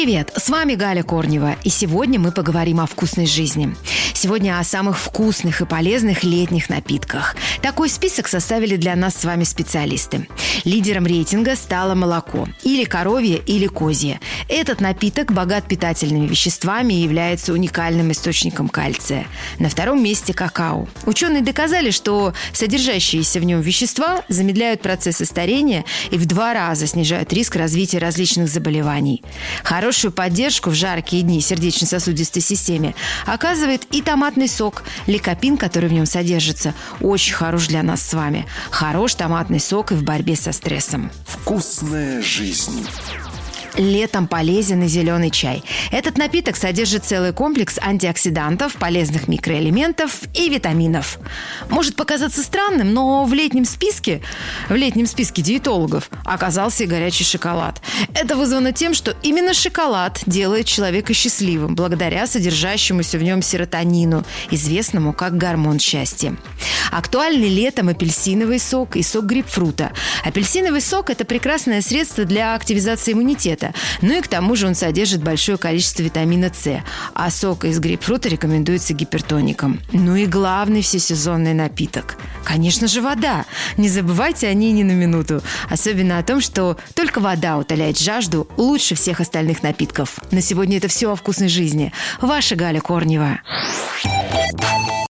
Привет, с вами Галя Корнева, и сегодня мы поговорим о вкусной жизни. Сегодня о самых вкусных и полезных летних напитках. Такой список составили для нас с вами специалисты. Лидером рейтинга стало молоко. Или коровье, или козье. Этот напиток богат питательными веществами и является уникальным источником кальция. На втором месте какао. Ученые доказали, что содержащиеся в нем вещества замедляют процессы старения и в 2 раза снижают риск развития различных заболеваний. Хорошую поддержку в жаркие дни сердечно-сосудистой системе оказывает и томатный сок. Ликопин, который в нем содержится, очень хорош для нас с вами. Хорош томатный сок и в борьбе со стрессом. Вкусная жизнь. Летом полезен и зеленый чай. Этот напиток содержит целый комплекс антиоксидантов, полезных микроэлементов и витаминов. Может показаться странным, но в летнем списке диетологов оказался и горячий шоколад. Это вызвано тем, что именно шоколад делает человека счастливым, благодаря содержащемуся в нем серотонину, известному как гормон счастья. Актуальны летом апельсиновый сок и сок грейпфрута. Апельсиновый сок – это прекрасное средство для активизации иммунитета. Ну и к тому же он содержит большое количество витамина С. А сок из грейпфрута рекомендуется гипертоникам. Ну и главный всесезонный напиток – конечно же, вода. Не забывайте о ней ни на минуту. Особенно о том, что только вода утоляет жажду лучше всех остальных напитков. На сегодня это все о вкусной жизни. Ваша Галя Корнева.